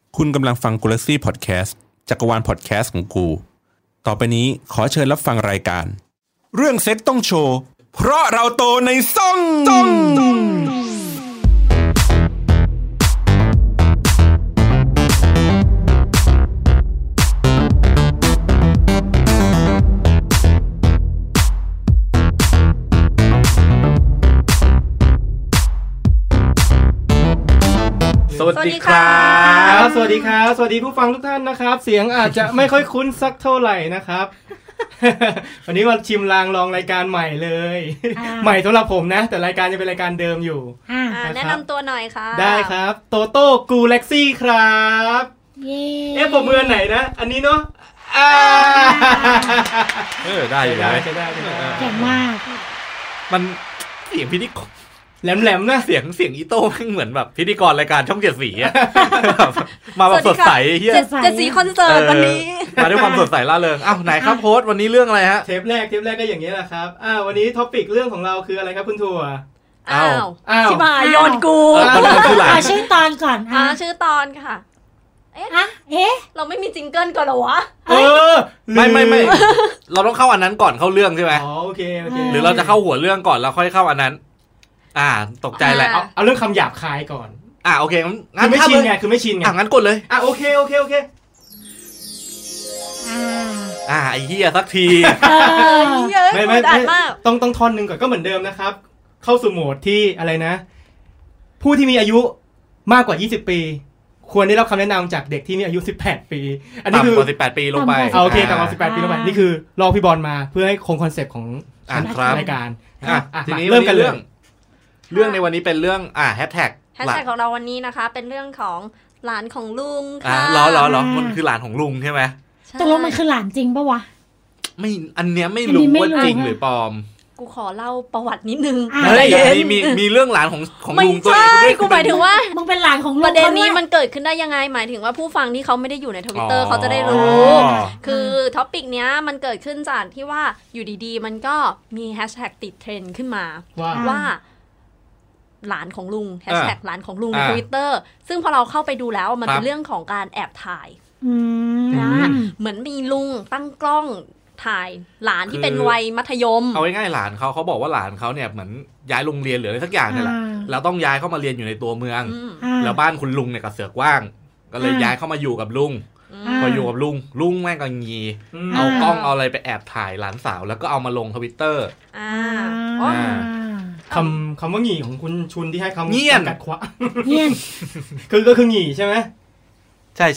คุณกำลังฟัง Galaxy Podcast จักรวาลพอดแคสต์ของกูต่อไปนี้ขอเชิญรับฟังรายการเรื่องเซ็กต้องโชว์เพราะเราโตในซ่องสวัสดีครับสวัสดีครับสวัสดีผู้ฟังทุกท่านนะครับเสียงอาจจะไม่ค่อยคุ้นสักเท่าไหร่นะครับ วันนี้มาชิมลางลองรายการใหม่เลยใหม่สำหรับผมนะแต่รายการจะเป็นรายการเดิมอยู่แนะนำตัวหน่อยค่ะได้ครับโตโต้กูเล็กซี่ครับเอ๊ะผมมือไหนนะอันนี้เนาะได้อยู่ได้เก่งมากมันเสียงพิธีกรแหลมๆนะเสียงอีโต้เหมือนแบบพิธีกรรายการช่องเจ็ดสีอะมาแบบสดใสเฮียเจ็ดสีคอนเสิร์ตวันนี้มาด้วยความสดใสร่าเริงอ้าวไหนครับโพสต์วันนี้เรื่องอะไรฮะเทปแรกก็อย่างนี้แหละครับวันนี้ท็อปิกเรื่องของเราคืออะไรครับคุณถั่วอ้าวชิบหายโยนกูชื่อตอนก่อนชื่อตอนค่ะเอ๊ะเราไม่มีจิงเกิลก่อนเหรอวะไม่เราต้องเข้าอันนั้นก่อนเข้าเรื่องใช่ไหมโอเคหรือเราจะเข้าหัวเรื่องก่อนแล้วค่อยเข้าอันนั้นตกใจแหละเอาเรื่องคำหยาบคายก่อนโอเคงั้นไม่ชินไงคือไม่ชินไงงั้นกดเลยโอเคไอ้เหี้ยสักทีไม่ต้องท่อนนึงก่อนก็เหมือนเดิมนะครับเข้าสู่โหมดที่อะไรนะผู้ที่มีอายุมากกว่า20ปีควรได้รับคำแนะนำจากเด็กที่มีอายุ18ปีอันนี้คือ 18ปีลงไปโอเคต่ำกว่า18ปีลงไปนี่คือลอกพี่บอลมาเพื่อให้คงคอนเซปต์ของรายการทีนี้เริ่มกันเรื่องในวันนี้เป็นเรื่องแฮชแท็กของเราวันนี้นะคะเป็นเรื่องของหลานของลุงค่ะล้อมันคือหลานของลุงใช่ไหมแต่ว่ามันคือหลานจริงปะวะไม่อันเนี้ยไม่รู้ว่าจริงหรือปลอมกูขอเล่าประวัตินิดนึงมีเรื่องหลานของลุงตัวเองกูหมายถึงว่ามึงเป็นหลานของลุงประเด็นนี้มันเกิดขึ้นได้ยังไงหมายถึงว่าผู้ฟังที่เขาไม่ได้อยู่ใน Twitter เขาจะได้รู้คือท็อปิกเนี้ยมันเกิดขึ้นจากที่ว่าอยู่ดีๆมันก็มีแฮชแท็กติดเทรนด์ขึ้นมาว่าหลานของลุงแฮชแท็กหลานของลุงใน Twitter ซึ่งพอเราเข้าไปดูแล้วมันเป็นเรื่องของการแอบถ่ายเหมือนมีลุงตั้งกล้องถ่ายหลานที่เป็นวัยมัธยมเอาง่ายๆหลานเขาบอกว่าหลานเขาเนี่ยเหมือนย้ายโรงเรียนหรืออะไรสักอย่างนี่แหละแล้วต้องย้ายเข้ามาเรียนอยู่ในตัวเมืองแล้วบ้านคุณลุงเนี่ยก็เสือกว่างก็เลยย้ายเข้ามาอยู่กับลุงพออยู่กับลุงแม่งก็งีเอากล้องเอาอะไรไปแอบถ่ายหลานสาวแล้วก็เอามาลง Twitter คำว่าหงีของคุณชุนที่ให้คำเงียนกัดขวาเงียนก็คือหงีใช่ไหมใช่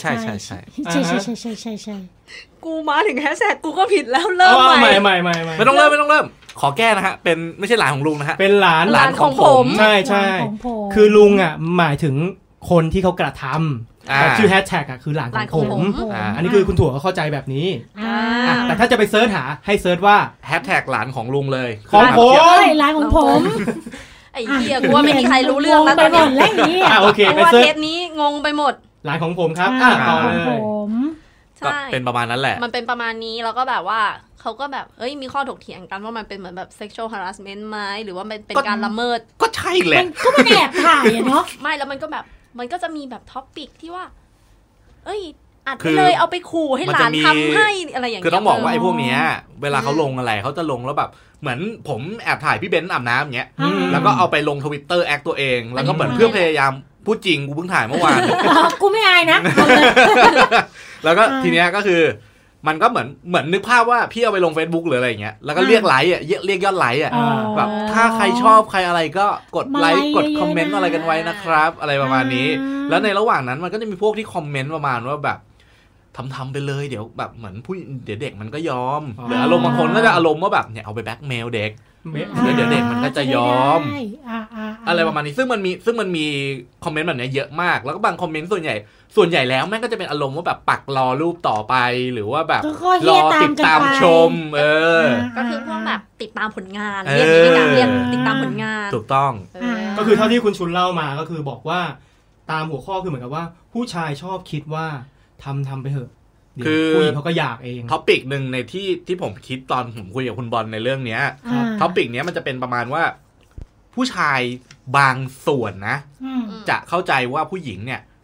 กูมาถึงแฮชแท็กกูก็ผิดแล้วเริ่มใหม่ไม่ต้องเริ่มขอแก้นะฮะเป็นไม่ใช่หลานของลุงนะฮะเป็นหลานของผมใช่คือลุงหมายถึงคนที่เขากระทำแต่ชื่อแฮชแท็กคือหลานของผมอันนี้คือคุณถั่วเขาเข้าใจแบบนี้แต่ถ้าจะไปเซิร์ชหาให้เซิร์ชว่าแฮชแท็กหลานของลุงเลยของผมหลานของผมไอ้เหี้ยกูว่าไม่มีใครรู้เรื่องแล้วตอนนี้โอเคไปเซิร์ชเทปนี้งงไปหมดหลานของผมครับต่อเลยก็เป็นประมาณนั้นแหละมันเป็นประมาณนี้แล้วก็แบบว่าเขาก็แบบมีข้อถกเถียงกันว่ามันเป็นเหมือนแบบ sexual harassment ไหมหรือว่ามันเป็นการละเมิดก็ใช่แหละก็มันแอบถ่ายเนาะไม่แล้วมันก็แบบมันก็จะมีแบบท็อปิกที่ว่าอัดไปเลยเอาไปขู่ให้หลานทำให้อะไรอย่างเงี้ยคือต้องบอกว่าไอ้พวกเนี้ยเวลาเขาลงอะไรเขาจะลงแล้วแบบเหมือนผมแอบถ่ายพี่เบนซ์อาบน้ำอย่างเงี้ยแล้วก็เอาไปลง Twitter แอคตัวเองแล้วก็เหมือนเพื่อพยายามพูดจริงกูเพิ่งถ่ายเมื่อวานกูไม่อายนะแล้วก็ทีเนี้ยก็คือมันก็เหมือนนึกภาพว่าพี่เอาไปลง Facebook หรืออะไรอย่างเงี้ยแล้วก็เรียกไลค์เรียกยอดไลค์แบบถ้าใครชอบใครอะไรก็กดไลค์กดคอมเมนต์อะไรกันไว้นะครับอะไรประมาณนี้แล้วในระหว่างนั้นมันก็จะมีพวกที่คอมเมนต์ประมาณว่าแบบทำไปเลยเดี๋ยวแบบเหมือนเดี๋ยวเด็กมันก็ยอมหรืออารมณ์บางคนก็จะอารมณ์ว่าแบบเนี่ยเอาไปแบล็กเมลเด็กเดี๋ยวเด็กมันก็จะยอมอะไรประมาณนี้ซึ่งมันมีคอมเมนต์แบบนี้เยอะมากแล้วก็บางคอมเมนต์ส่วนใหญ่แล้วแม่งก็จะเป็นอารมณ์ว่าแบบปักรอรูปต่อไปหรือว่าแบบรอติดตามชมก็คือพวกแบบติดตามผลงานเรียกติดตามผลงานถูกต้องก็คือเท่าที่คุณชุนเล่ามาก็คือบอกว่าตามหัวข้อคือเหมือนกับว่าผู้ชายชอบคิดว่าทำไปเถอะคือผู้หญิงเขาก็อยากเองท็อปิกนึงในที่ผมคิดตอนผมคุยกับคุณบอลในเรื่องเนี้ยท็อปิกเนี้ยมันจะเป็นประมาณว่าผู้ชายบางส่วนนะจะเข้าใจว่าผู้หญิงเนี่ย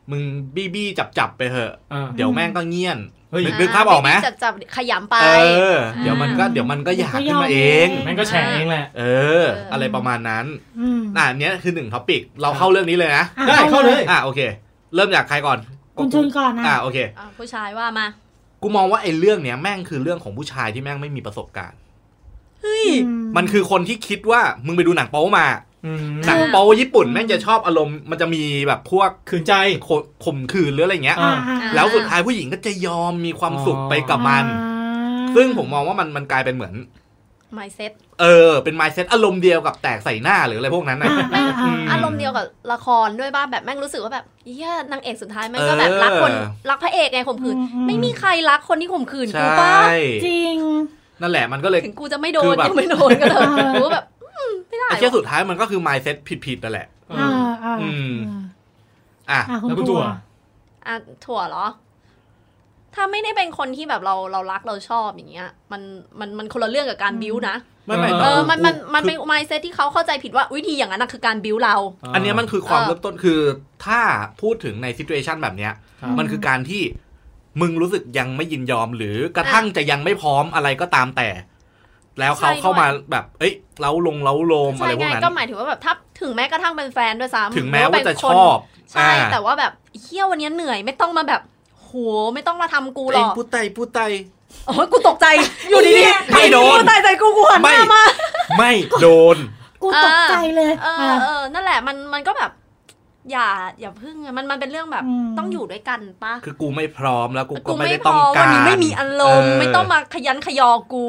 มึงบี้จับไปเถอะเดี๋ยวแม่งก็เงี่ยนนึกภาพออกไหมจับขยำไปเดี๋ยวมันก็อยากขึ้นมาเองแม่งก็แฉเองแหละอะไรประมาณนั้นอันนี้คือ1ท็อปิกเราเข้าเรื่องนี้เลยนะได้เข้าเลยโอเคเริ่มจากใครก่อนคุณชุนก่อนนะโอเคผู้ชายว่ามากูมองว่าไอ้เรื่องเนี้ยแม่งคือเรื่องของผู้ชายที่แม่งไม่มีประสบการณ์เฮ้ยมันคือคนที่คิดว่ามึงไปดูหนังโป๊มาหนังโป๊ญี่ปุ่นแม่งจะชอบอารมณ์มันจะมีแบบพวกขืนใจข่มขืนหรืออะไรเงี้ยแล้วสุดท้ายผู้หญิงก็จะยอมมีความสุขไปกับมันซึ่งผมมองว่ามันกลายเป็นเหมือน mindset เป็น mindset อารมณ์เดียวกับแตกใส่หน้าหรืออะไรพวกนั้นนะอารมณ์เดียวกับละครด้วยป่ะแบบแม่งรู้สึกว่าแบบเหี้ยนางเอกสุดท้ายแม่งก็แบบรักพระเอกไงข่มขืนไม่มีใครรักคนที่ข่มขืนกูป่ะจริงนั่นแหละมันก็เลยถึงกูจะไม่โดนยังไม่โดนก็เถอะกูแบบไม่ได้ไอ้แค่สุดท้ายมันก็คือ mindset ผิดนั่นแหละแล้วคุณถั่วถั่วเหรอถ้าไม่ได้เป็นคนที่แบบเรารักเราชอบอย่างเงี้ยมันคนละเรื่องกับการบิ้วนะมันเป็น mindset ที่เขาเข้าใจผิดว่าวิธีอย่างนั้นคือการบิ้วเราอันนี้มันคือความเริ่มต้นคือถ้าพูดถึงใน situation แบบเนี้ยมันคือการที่มึงรู้สึกยังไม่ยินยอมหรือกระทั่งจะยังไม่พร้อมอะไรก็ตามแต่แล้วเขาเข้ามาแบบเล้าโลมอะไรพวกนั้นก็หมายถึงว่าแบบถ้าถึงแม้กระทั่งเป็นแฟนด้วยซ้ำถึงแม้ว่าจะชอบใช่แต่ว่าแบบเหี้ยวันนี้เหนื่อยไม่ต้องมาแบบโหไม่ต้องมาทำกูหรอกพูดไตโอ้ยกูตกใจอยู่ดีๆไม่โดนพูดไตใจกูหันหน้ามาไม่โดนกูตกใจเลยนั่นแหละมันก็แบบอย่าพึ่งมันเป็นเรื่องแบบต้องอยู่ด้วยกันป่ะคือกูไม่พร้อมแล้วกูก็ไม่ได้ต้องการวันนี้ไม่มีอารมณ์ไม่ต้องมาขยันขยอกู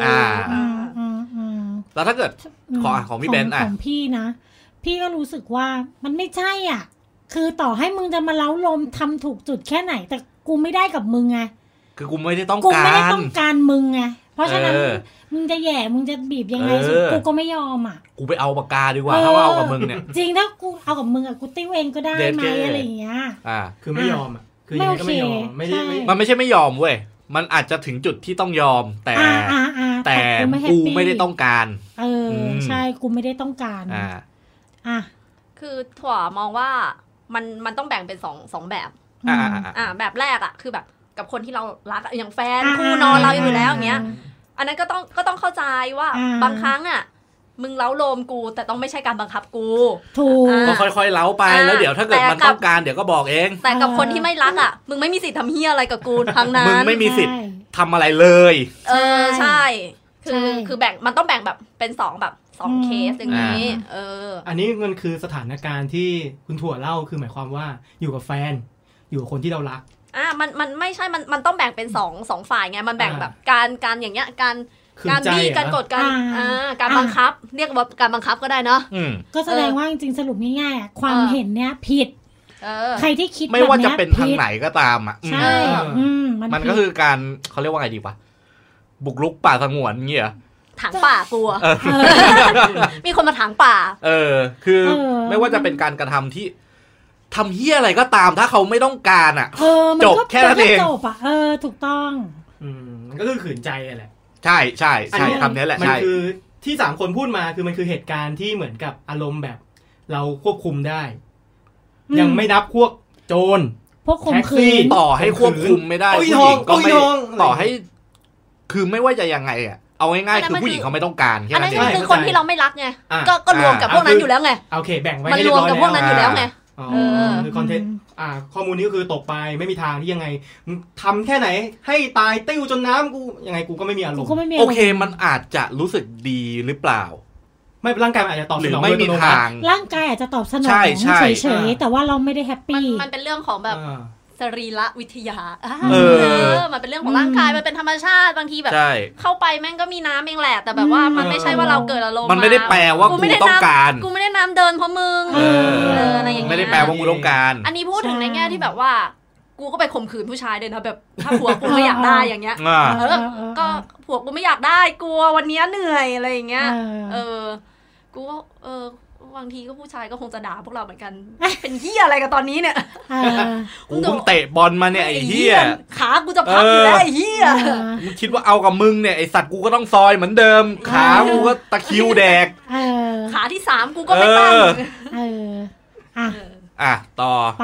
แล้วถ้าเกิดของพี่เบนของพี่นะพี่ก็รู้สึกว่ามันไม่ใช่คือต่อให้มึงจะมาเล้าลมทำถูกจุดแค่ไหนแต่กูไม่ได้กับมึงไงคือกูไม่ได้ต้องการกูไม่ได้ต้องการมึงไงเพราะฉะนั้นมึงจะแย่มึงจะบีบยังไงสุดกูก็ไม่ยอมกูไปเอาปากกาดีกว่าถ้าเอากับมึงเนี่ยจริงถ้ากูเอากับมึงกูติ้วเองก็ได้ไหมอะไรอย่างเงี้ยคือไม่ยอมคือยังไงก็ไม่ยอมมันไม่ใช่ไม่ยอมเว้ยมันอาจจะถึงจุดที่ต้องยอมแต่กูไม่ได้ต้องการใช่กูไม่ได้ต้องการคือถั่วมองว่ามันต้องแบ่งเป็นสองแบบแบบแรกคือแบบกับคนที่เรารักอย่างแฟนคู่นอนเราอยู่แล้วอย่างเงี้ยอันนั้นก็ต้องเข้าใจว่าบางครั้งมึงเล้าโลมกูแต่ต้องไม่ใช่การบังคับกูถูกก็ค่อยๆเล้าไปแล้วเดี๋ยวถ้าเกิดมันต้องการเดี๋ยวก็บอกเองแต่กับคนที่ไม่รักมึงไม่มีสิทธิ์ทำเหี้ยอะไรกับกูทั้งนั้นมึงไม่มีสิทธิ์ทำอะไรเลยใช่คือแบ่งมันต้องแบ่งแบบเป็น2แบบ2เคสอย่างนี้อันนี้มันคือสถานการณ์ที่คุณถั่วเล่าคือหมายความว่าอยู่กับแฟนอยู่กับคนที่เรารักมันไม่ใช่มันต้องแบ่งเป็น2ฝ่ายไงมันแบ่งแบบการอย่างเงี้ยการบี้การกดการบังคับเรียกว่าการบังคับก็ได้เนาะก็แสดงว่าจริงๆสรุปง่ายๆความเห็นเนี้ยผิดใครที่คิดไม่ว่าจะเป็นทางไหนก็ตามใช่มันก็คือการเขาเรียกว่าไงดีวะบุกรุกป่าสงวนเงี้ยถางป่ากลัวมีคนมาถางป่าคือไม่ว่าจะเป็นการกระทำที่ทำเหี้ยอะไรก็ตามถ้าเขาไม่ต้องการจบแค่นั้นเองจบถูกต้องมันก็คือขืนใจแหละใช่คำนี้แหละมันคือที่3คนพูดมาคือมันคือเหตุการณ์ที่เหมือนกับอารมณ์แบบเราควบคุมได้ยังไม่นับพวกโจรพวกข่มขืนต่อให้ควบคุมไม่ได้ผู้หญิงก็ไม่ต่อให้คือไม่ว่าจะยังไงเอาง่ายๆคือผู้หญิงเขาไม่ต้องการแค่นั้นเองอันนั้นคือคนที่เราไม่รักไงก็รวมกับพวกนั้นอยู่แล้วไงโอเคแบ่งไว้มันรวมกับพวกนั้นอยู่แล้วไงคือคอนเทนต์ข้อมูลนี้ก็คือตกไปไม่มีทางที่ยังไงทำแค่ไหนให้ตายติ้วจนน้ำกูยังไงกูก็ไม่มีอารมณ์โอเคมันอาจจะรู้สึกดีหรือเปล่าไม่ร่างกายอาจจะตอบสนองไม่มีทางร่างกายอาจจะตอบสนองเฉยๆแต่ว่าเราไม่ได้แฮปปี้มันเป็นเรื่องของแบบสรีรวิทยามันเป็นเรื่องของร่างกายมันเป็นธรรมชาติบางทีแบบเข้าไปแม่งก็มีน้ำเองแหละแต่แบบว่ามันไม่ใช่ว่าเราเกิดอารมณ์มันไม่ได้แปลว่ากูต้องการกูไม่ได้น้ำเดินเพราะมึงอะไรอย่างเงี้ยไม่ได้แปลว่ากูต้องการอันนี้พูดถึงในแง่ที่แบบว่ากูก็ไปข่มขืนผู้ชายด้วยนะแบบถ้าผัวกูไม่อยากได้อย่างเงี้ยก็ผัวกูไม่อยากได้กลัววันนี้เหนื่อยอะไรอย่างเงี้ยกูก็บางทีก็ผู้ชายก็คงจะด่าพวกเราเหมือนกันเป็นเหี้ยอะไรกันตอนนี้เนี่ยกูเพิ่งเตะบอลมาเนี่ยไอ้เหี้ยขากูจะพับอยู่แล้วไอ้เหี้ยมึงคิดว่าเอากับมึงเนี่ยไอ้สัตว์กูก็ต้องซอยเหมือนเดิมขากูก็ตะคิวแดกขาที่3กูก็ไม่ตั้งต่อ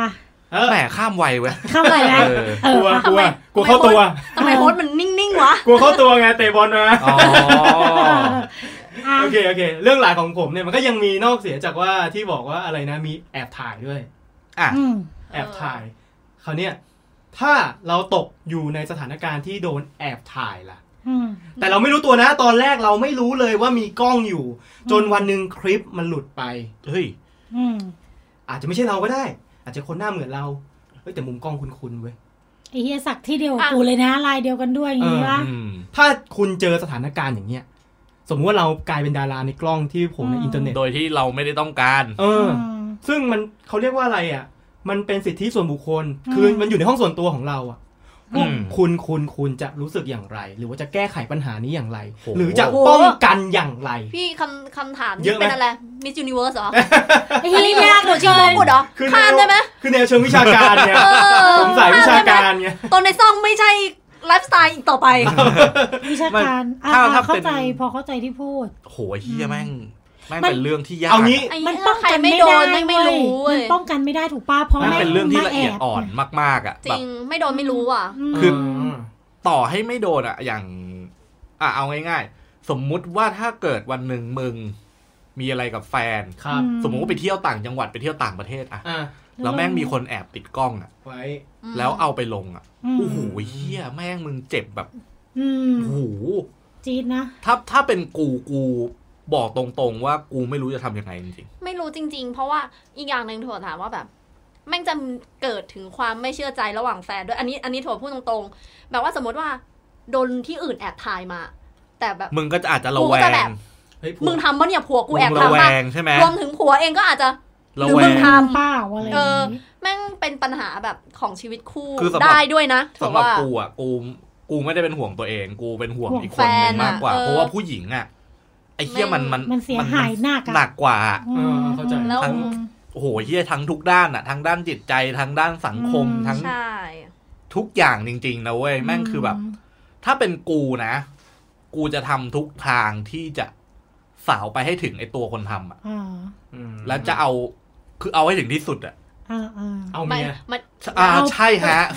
แหมข้ามไวเว้ยข้ามไวไหมกลัวเข้าตัวทำไมโค้ชมันนิ่งๆวะกลัวเข้าตัวไงเตะบอลมาโอเคเรื่องหลายของผมเนี่ยมันก็ยังมีนอกเสียจากว่าที่บอกว่าอะไรนะมีแอบถ่ายด้วยแอบถ่ายคราวเนี้ยถ้าเราตกอยู่ในสถานการณ์ที่โดนแอบถ่ายล่ะแต่เราไม่รู้ตัวนะตอนแรกเราไม่รู้เลยว่ามีกล้องอยู่จนวันนึงคลิปมันหลุดไปเฮ้ยอาจจะไม่ใช่เราก็ได้อาจจะคนหน้าเหมือนเราเฮ้ยแต่มุมกล้องคุ้นๆเว้ยไอ้เหี้ยสักที่เดียวกับกูเลยนะลายเดียวกันด้วยอย่างนี้วะถ้าคุณเจอสถานการณ์อย่างเงี้ยสมมติว่าเรากลายเป็นดาราในกล้องที่ผมในอินเทอร์เน็ตโดยที่เราไม่ได้ต้องการซึ่งมันเขาเรียกว่าอะไรอ่ะมันเป็นสิทธิส่วนบุคคลคือมันอยู่ในห้องส่วนตัวของเราอ่ะคุณจะรู้สึกอย่างไรหรือว่าจะแก้ไขปัญหานี้อย่างไรหรือจะป้องกันอย่างไรพี่คำถามนี้เป็นอะไรมิสยูนิเวิร์สเหรออันนี้ยากหนูชิงมงกุฎเหรอข้ามได้ไหมคือแนวเชิงวิชาการไงผมสายวิชาการไงตอนในซ่องไม่ใช่ไลฟ์สไตล์อีกต่อไปวิชาการเข้าใจพอเข้าใจที่พูดโหเฮียแม่งเป็นเรื่องที่ยากเอางี้มันป้องกันไม่ได้ไม่รู้มันป้องกันไม่ได้ถูกป่ะเพราะมันเป็นเรื่องที่ละเอียดอ่อนมากๆอ่ะจริงไม่โดนไม่รู้อ่ะคือต่อให้ไม่โดนอ่ะอย่างเอาง่ายๆสมมุติว่าถ้าเกิดวันหนึ่งมึงมีอะไรกับแฟนสมมุติว่าไปเที่ยวต่างจังหวัดไปเที่ยวต่างประเทศอ่ะแล้วแม่งมีคนแอบติดกล้องอ่ะไว้แล้วเอาไปลงอ่ะโอ้โหเฮียแม่งมึงเจ็บแบบโอ้โหจี๊ดนะถ้าเป็นกูบอกตรงๆว่ากูไม่รู้จะทำยังไงจริงๆไม่รู้จริงๆเพราะว่าอีกอย่างนึงถั่วถามว่าแบบแม่งจะเกิดถึงความไม่เชื่อใจระหว่างแฟนด้วยอันนี้ถั่วพูดตรงๆแบบว่าสมมติว่าโดนที่อื่นแอบถ่ายมาแต่แบบมึงก็อาจจะระแวงมึงทำปะเนี่ยผัวกูแอบทำมารวมถึงผัวเองก็อาจจะหรือมึงทำเปล่าอะไรแม่งเป็นปัญหาแบบของชีวิตคู่ได้ด้วยนะสำหรับกูอ่ะกูไม่ได้เป็นห่วงตัวเองกูเป็นห่วงอีกคนนึงมากกว่าเพราะว่าผู้หญิงอ่ะไอ้เหี้ยมันเสียหายหนักกว่าเข้าใจทั้งโอ้โหเหี้ยทั้งทุกด้านอ่ะทั้งด้านจิตใจทั้งด้านสังคมทั้งทุกอย่างจริงๆนะเว้ยแม่งคือแบบถ้าเป็นกูนะกูจะทำทุกทางที่จะสาวไปให้ถึงไอ้ตัวคนทำอ่ะแล้วจะเอาคือเอาให้ถึงที่สุดอ่ะเอาเมียใช่ฮะ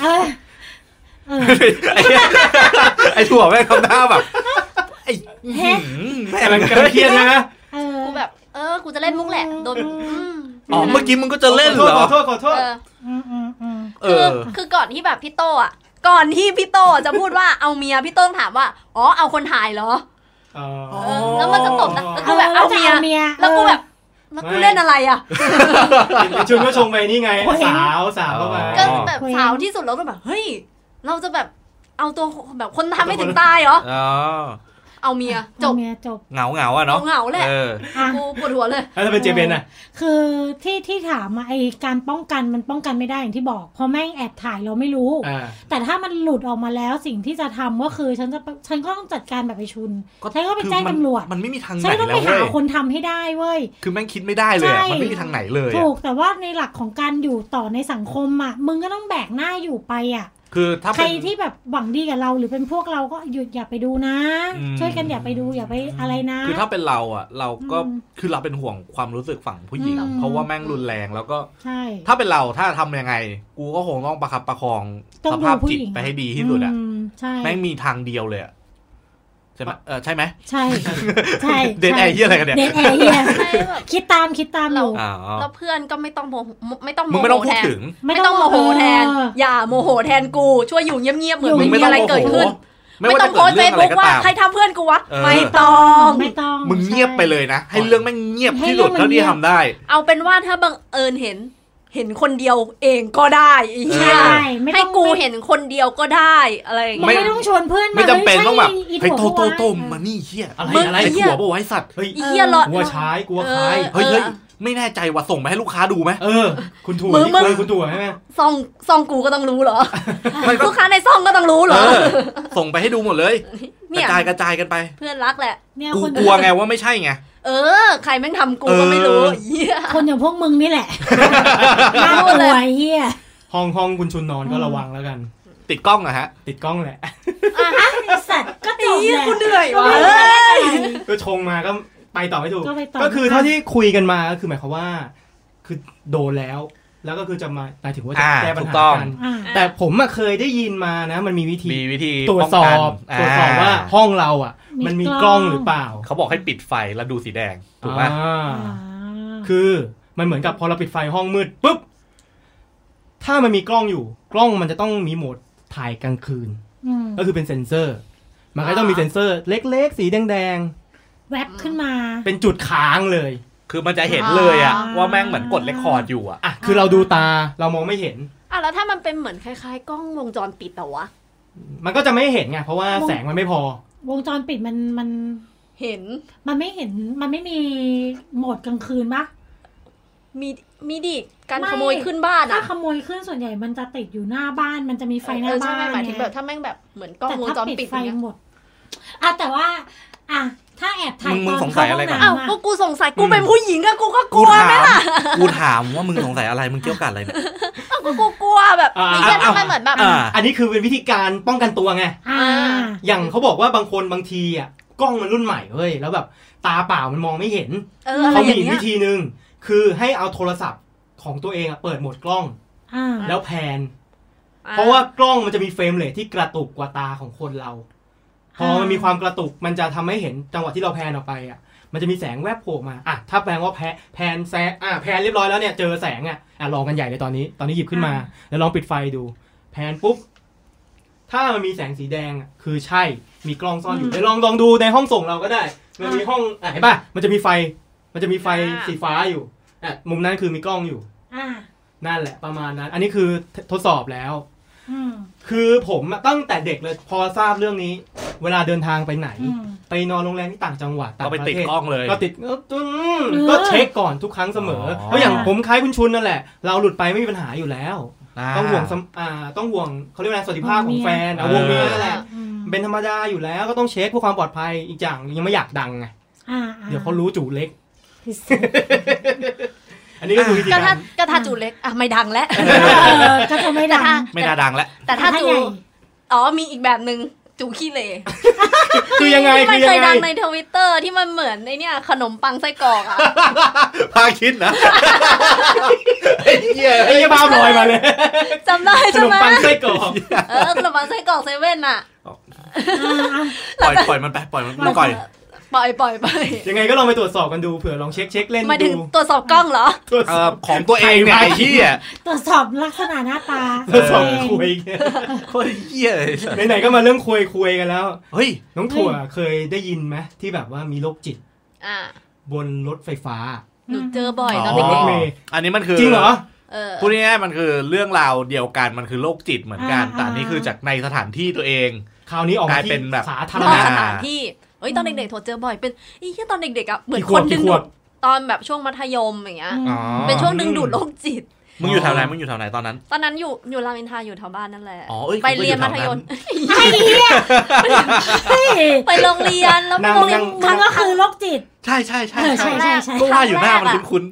ไอ้ถั่วแม่งทำหน้าแบบแม่มันเครียดนะกูแบบกูจะเล่นมุกแหละโดนเมื่อกี้มึงก็จะเล่นเหรอขอโทษคือก่อนที่แบบพี่โตอ่ะก่อนที่พี่โตจะพูดว่าเอาเมียพี่โต้งถามว่าเอาคนถ่ายเหรอแล้วมันจะตบนะแล้วกูแบบเอาเมียแล้วกูแบบแล้วกูเล่นอะไรอ่ะชงก็ชงไปนี่ไงสาวเข้ามาก็แบบสาวที่สุดแล้วก็แบบเฮ้ยเราจะแบบเอาตัวแบบคนทำไม่ถึงตายเหรอเอาเมียจบเหงาอ่ะเนาะเหงาแหละกูปวดหัวเลยแล้วถ้าเป็นเจเบนน่ะคือที่ถามไอ้การป้องกันมันป้องกันไม่ได้อย่างที่บอกเพราะแม่งแอบถ่ายเราไม่รู้แต่ถ้ามันหลุดออกมาแล้วสิ่งที่จะทำก็คือฉันก็ต้องจัดการแบบไปชุนฉันก็ไปแจ้งตำรวจมันไม่มีทางไหนแล้วเว้ยฉันต้องไปหาคนทำให้ได้เว้ยคือแม่งคิดไม่ได้เลยมันไม่มีทางไหนเลยถูกแต่ว่าในหลักของการอยู่ต่อในสังคมอ่ะมึงก็ต้องแบกหน้าอยู่ไปอ่ะคือถ้าใครที่แบบหวังดีกับเราหรือเป็นพวกเราก็หยุดอย่าไปดูนะช่วยกันอย่าไปดูอย่าไปอะไรนะคือถ้าเป็นเราอ่ะเราก็คือเราเป็นห่วงความรู้สึกฝั่งผู้หญิงเพราะว่าแม่งรุนแรงแล้วก็ถ้าเป็นเราถ้าทำยังไงกูก็คงต้องประคับประคองสภาพจิตไปให้ดีที่สุดอ่ะแม่งมีทางเดียวเลยใช่ไหมใช่ไหมใช่ใช่เดนแอร์เหี้ยอะไรกันเนี่ยเดนแอร์เหี้ยคิดตามเราแล้วเพื่อนก็ไม่ต้องโมโหไม่ต้องพูดถึงไม่ต้องโมโหแทนอย่าโมโหแทนกูช่วยอยู่เงียบๆเหมือนไม่มีอะไรเกิดขึ้นไม่ต้องโพสต์เฟซบุ๊กว่าใครทำเพื่อนกูวะไม่ต้องมึงเงียบไปเลยนะให้เรื่องแม่งเงียบที่สุดเท่าที่ทำได้เอาเป็นว่าถ้าบังเอิญเห็นคนเดียวเองก็ได้ใช่ให้กูเห็นคนเดียวก็ได้อะไรไม่ต้องชวนเพื่อนมาไม่จำเป็นต้องแบบเฮ้ยโตมานี่เหี้ยอะไรไอ้หัวบ่ไว้สัตว์เฮ้ยเหี้ยกลัวชายกลัวใครเฮ้ยไม่แน่ใจว่าส่งไปให้ลูกค้าดูไหมคุณถูกคุณถูกใช่ไหมซองกูก็ต้องรู้เหรอลูกค้าในซองก็ต้องรู้เหรอส่งไปให้ดูหมดเลยกระจายกันไปเพื่อนรักแหละกูกลัวไงว่าไม่ใช่ไงใครแม่งทำกูก็ไม่รู้คนอย่างพวกมึงนี่แหละน่ากลัวเฮียห้องคุณชุนนอนก็ระวังแล้วกันติดกล้องอะฮะติดกล้องแหละสัตว์ก็จบแหละกูเหนื่อยว่ะก็ชงมาก็ไปต่อไม่ถูกก็คือเท่าที่คุยกันมาก็คือหมายความว่าคือโดนแล้วแล้วก็คือจะมาหมายถึงว่าจะแก้ปัญหากันแต่ผมเคยได้ยินมานะมันมีวิธีตรวจสอบว่าห้องเราอ่ะมันมีกล้องหรือเปล่าเขาบอกให้ปิดไฟแล้วดูสีแดงถูกไหมคือมันเหมือนกับพอเราปิดไฟห้องมืดปุ๊บถ้ามันมีกล้องอยู่กล้องมันจะต้องมีโหมดถ่ายกลางคืนก็คือเป็นเซ็นเซอร์มันก็ต้องมีเซ็นเซอร์เล็กๆสีแดงๆแวบขึ้นมาเป็นจุดค้างเลยคือมันจะเห็นเลยอะว่าแม่งเหมือนกดเรคคอร์ดอยู่อะคือเราดูตาเรามองไม่เห็นแล้วถ้ามันเป็นเหมือนคล้ายๆกล้องวงจรปิดแต่วะมันก็จะไม่เห็นไงเพราะว่าแสงมันไม่พอวงจรปิดมันเห็นมันไม่เห็นมันไม่มีโหมดกลางคืนปะมีดิการขโมยขึ้นบ้านถ้าขโมยขึ้นส่วนใหญ่มันจะติดอยู่หน้าบ้านมันจะมีไฟหน้าบ้านหมายถึงแบบถ้าแม่งแบบเหมือนกล้องวงจรปิดไฟหมดแต่ว่าถ้าแอบถ่ายมึงสงสัยอะไรกันกูสงสัยกูเป็นผู้หญิงกูก็กลัวไหมล่ะกูถามว่ามึงสงสัยอะไรมึงเกี่ยวกับอะไรเนี่ยกูกลัวแบบไม่ใช่ทำไมเหมือนแบบอันนี้คือเป็นวิธีการป้องกันตัวไงอย่างเขาบอกว่าบางคนบางทีกล้องมันรุ่นใหม่เว้ยแล้วแบบตาเปล่ามันมองไม่เห็นเขามีวิธีนึงคือให้เอาโทรศัพท์ของตัวเองเปิดโหมดกล้องแล้วแพนเพราะว่ากล้องมันจะมีเฟรมเรทที่กระตุกกว่าตาของคนเราพอมันมีความกระตุกมันจะทำให้เห็นจังหวะที่เราแพนออกไปมันจะมีแสงแวบโผล่มาถ้าแปลว่าแพนแสงแพนเรียบร้อยแล้วเนี่ยเจอแสงลองกันใหญ่เลยตอนนี้หยิบขึ้นมาแล้วลองปิดไฟดูแพนปุ๊บถ้ามันมีแสงสีแดงคือใช่มีกล้องซ่อนอยู่เดี๋ยวลองดูในห้องส่งเราก็ได้มันมีห้องเห็นป่ะมันจะมีไฟสีฟ้าอยู่มุมนั้นคือมีกล้องอยู่นั่นแหละประมาณนั้นอันนี้คือทดสอบแล้วคือผมตั้งแต่เด็กเลยพอทราบเรื่องนี้เวลาเดินทางไปไหนไปนอนโรงแรมที่ต่างจังหวัดก็ไปติดกล้องเลยก็ติดก็เช็คก่อนทุกครั้งเสมอเพราะอย่างผมคล้ายคุณชุนนั่นแหละเราหลุดไปไม่มีปัญหาอยู่แล้วต้องห่วงเขาเรียกว่าสวัสดิภาพของแฟนวงเมียนั่นแหละเป็นธรรมดาอยู่แล้วก็ต้องเช็คเพื่อความปลอดภัยอีกอย่างยังไม่อยากดังไงเดี๋ยวเขารู้จู่เล็กอันนี้ก็คือวิธีการก็ถ้าจูเล็กไม่ดังแล้วก็จะไม่ดังไม่น่าดังแล้วแต่ถ้าจูมีอีกแบบนึงจูขี้เลคือยังไงมันเคยดังใน Twitter ที่มันเหมือนไอ้เนี่ยขนมปังไส้กรอกพาคิดนะไอ้เหี้ยบ้าลอยมาเลยจำได้ใช่ไหมขนมปังไส้กรอกขนมปังไส้กรอกเซเว่นปล่อยมันไปปล่อยมันก่อนปล่อยยังไงก็ลองไปตรวจสอบกันดูเผื่อลองเช็คเล่นดูหมายถึงตรวจสอบกล้องเหรอของตัวเองเนี่ยไอ้เหี้ยตรวจสอบลักษณะหน้าตาตรวจสอบคุยโคตรเหี้ยไหนๆก็มาเรื่องคุยกันแล้วเฮ้ยน้องถั่วเคยได้ยินไหมที่แบบว่ามีโรคจิตบนรถไฟฟ้าหนูเจอบ่อยตอนรถเมล์อันนี้มันคือจริงเหรอพูดง่ายๆมันคือเรื่องราวเดียวกันมันคือโรคจิตเหมือนกันแต่นี่คือจากในสถานที่ตัวเองคราวนี้ออกมาเป็นแบบสาธารณะสถานที่ตอนเด็กๆโทรเจอบ่อยเป็นที่ตอนเด็กๆเหมือนคนดึงดูดตอนแบบช่วงมัธยมอย่างเงี้ยเป็นช่วงดึงดูดโรคจิตมึงอยู่แถวไหนตอนนั้นอยู่รามอินทราอยู่แถวบ้านนั่นแหละไปเรียนมัธยมไปโรงเรียนแล้วมันก็คือโรคจิตใช่ก็ว่าอยู่หน้ามันคุ้น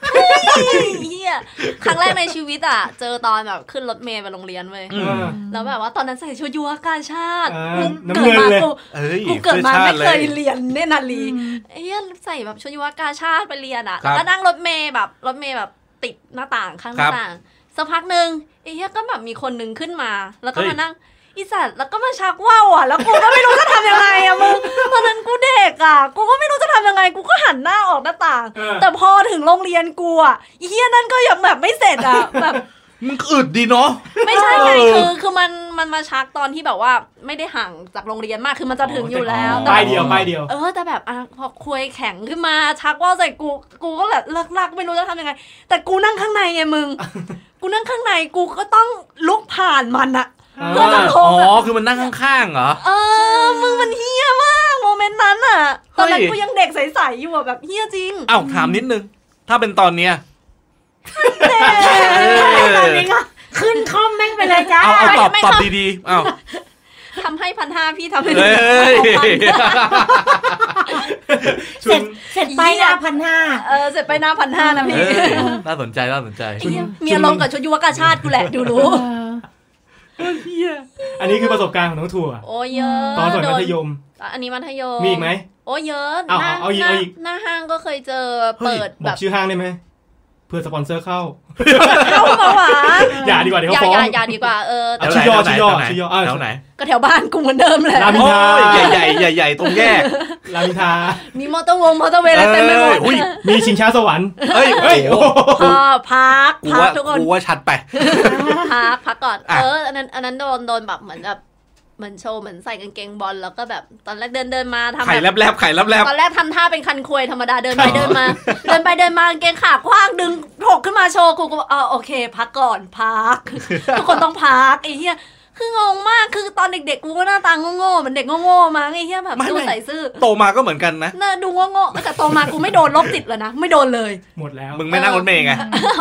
ครั้งแรกในชีวิตเจอตอนแบบขึ้นรถเมล์ไปโรงเรียนเว้ยแล้วแบบว่าตอนนั้นใส่ชุดยุวกาชาติเกิดมากูเกิดมาไม่เคยเรียนเนนาลีใส่แบบชุดยุวกาชาติไปเรียนแล้วก็นั่งรถเมล์แบบติดหน้าต่างข้างหน้าต่างสักพักนึงก็แบบมีคนนึงขึ้นมาแล้วก็มานั่งอีสัตว์แล้วก็มาชักว่าวแล้วกูก็ไม่รู้จะทำยังไงมึงตอนนั้นกูเด็กกูก็ไม่รู้จะทำยังไงกูก็หันหน้าออกหน้าต่างแต่พอถึงโรงรียนกูอีเหี้ยนั่นก็ยังแบบไม่เสร็จแบบมึงอึดดีเนาะไม่ใช่ไงคือมันมาชักตอนที่แบบว่าไม่ได้ห่างจากโรงเรียนมากคือมันจะถึงอยู่แล้วป้ายเดียวแต่แบบพอคุยแข็งขึ้นมาชักว่าวใส่กูก็แบบเลิกลักไม่รู้จะทำยังไงแต่กูนั่งข้างในไงมึงกูนั่งข้างในกูก็ต้องลุกผ่านมันคือมันนั่งข้างๆเหรอมึงมันเฮี้ยมากโมเมนต์นั้นตอนนั้นกูยังเด็กใสๆอยู่แบบเฮี้ยจริงถามนิดนึงถ้าเป็นตอนเนี้ยตอนนี้ก็ขึ้นคอมแม่งไปเลยจ้าเอาตอบดีๆทำให้ 1,500 พี่ทำให้เสร็จไปหน้า 1,500เสร็จไปหน้า 1,500นะพี่น่าสนใจมีอารมณ์กับชุดยุวกาชาติกูแหละดูรู้อันนี้คือประสบการณ์ของน้องถั่วโอ้เยอะตอนสมัยมัธยมอันนี้มัธยมมีอีกไหมโอ้เยอะเอาอีกหน้าห้างก็เคยเจอเปิดแบบชื่อห้างได้ไหมพื่อสปอนเซอร์เข้ามาหวาอย่าดีกว่าเดี๋ยวฟ้องอย่าดีกว่าชื่อย่อแถวไหนก็แถวบ้านกูเหมือนเดิมแหละรามอินทราใหญ่ตรงแยกรามอินทรามีมอเตอร์เวย์อะไรเต็มไปหมดมีชิงช้าสวรรค์พักทุกคนกูว่าชัดไปพักก่อนอันนั้นโดนแบบเหมือนโชว์เหมือนใส่กางเกงบอลแล้วก็แบบตอนแรกเดินมาทำไข่แลบตอนแรกทำท่าเป็นคันควยธรรมดาเดินไปเดินมากางเกงขากว้างดึงถกขึ้นมาโชว์กูก็โอเคพักก่อนพักทุกคนต้องพักไอ้เหี้ยคืองงมากคือตอนเด็กๆกูก็หน้าตาโง่ๆเหมือนเด็กโง่ๆมาไอ้เหี้ยแบบดูใส่ซื่อโตมาก็เหมือนกันนะน่าดูโง่ๆแต่โตมากูไม่โดนลบติดเลยนะไม่โดนเลยหมดแล้วมึงไม่นั่งรถเมล์ไง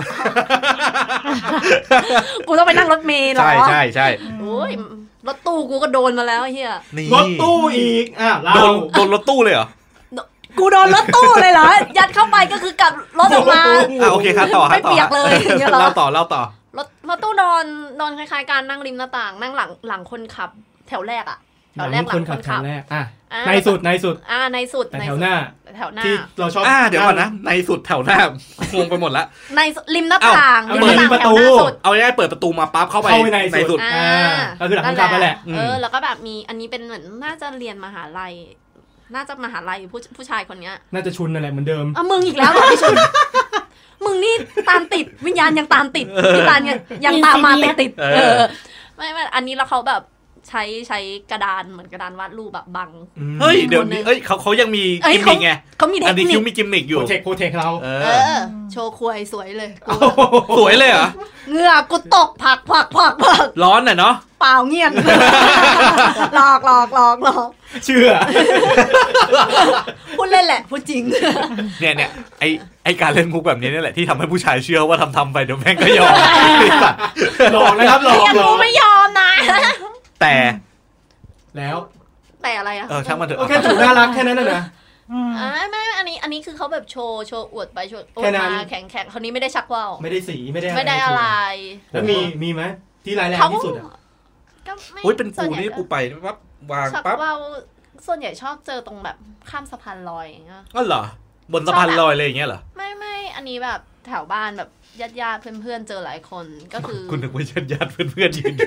กูต้องไปนั่งรถเมล์เหรอใช่โอ้ยรถตู้กูก็โดนมาแล้วไอ้เหี้ยรถตู้อีกโดนรถตู้เลยเหรอกูโดนรถตู้เลยเหรอยัดเข้าไปก็คือกลับรถออกมาโอเคครับต่อไม่เปียกเลยเล่าต่อรถตู้โดนคล้ายๆการนั่งริมหน้าต่างนั่งหลังคนขับแถวแรกแถวแรกหลังคนขับในสุดในสุดแถวหน้าที่เราชอบเดี๋ยวก่อนนะในสุดแถวหน้างงไปหมดละในริมหน้าต่างริมประตูเอาง่ายๆเปิดประตูมาปั๊บเข้าไปในสุดก็คือหลังคนขับนั่นแหละแล้วก็แบบมีอันนี้เป็นเหมือนน่าจะเรียนมหาลัยผู้ชายคนนี้น่าจะชุนนั่นแหละเหมือนเดิมมึงอีกแล้วพี่ชุนมึงนี่ตามติดวิญญาณยังตามติดวิญญาณยังตามมาติดไม่อันนี้แล้วเขาแบบใช้กระดานเหมือนกระดานวาดรูปแบบบังเฮ้ยเดี๋ยวนี้เขายังมีกิมมิกไงเขามีเทคนิคอันนี้คิวมีกิมมิกอยู่โปรเทคเราโชว์ควยสวยเลยสวยเลยเหรอเหงื่อกูตกผักร้อนน่ะเนาะเปล่าเงียบหลอกเชื่อพูดเล่นแหละพูดจริงเนี่ยไอการเล่นมุกแบบนี้นี่แหละที่ทำให้ผู้ชายเชื่อว่าทำไปเดี๋ยวแม่งก็ยอมหลอกนะครับหลอกกูไม่ยอมนะแต่แล้วแต่อะไรอ่ะช่างมันเถอะโอเคถูกน่ารักแค่นั้นนะไม่อันนี้คือเขาแบบโชว์อวดไปโชว์อวดมาแข่งคราวนี้ไม่ได้ชักว่าวไม่ได้สีไม่ได้อะไรแล้วมีไหมที่ร้ายแรงที่สุดอ่ะโอ้ยเป็นกูนี่กูไปปั๊บวางปั๊บว่าวส่วนใหญ่ชอบเจอตรงแบบข้ามสะพานลอยอย่างเงี้ยอ๋อเหรอบนสะพานลอยเลยอย่างเงี้ยเหรอไม่อันนี้แบบแถวบ้านแบบญาติเพื่อนๆเจอหลายคนก็คือคุณนึกว่าญาติเพื่อนยืน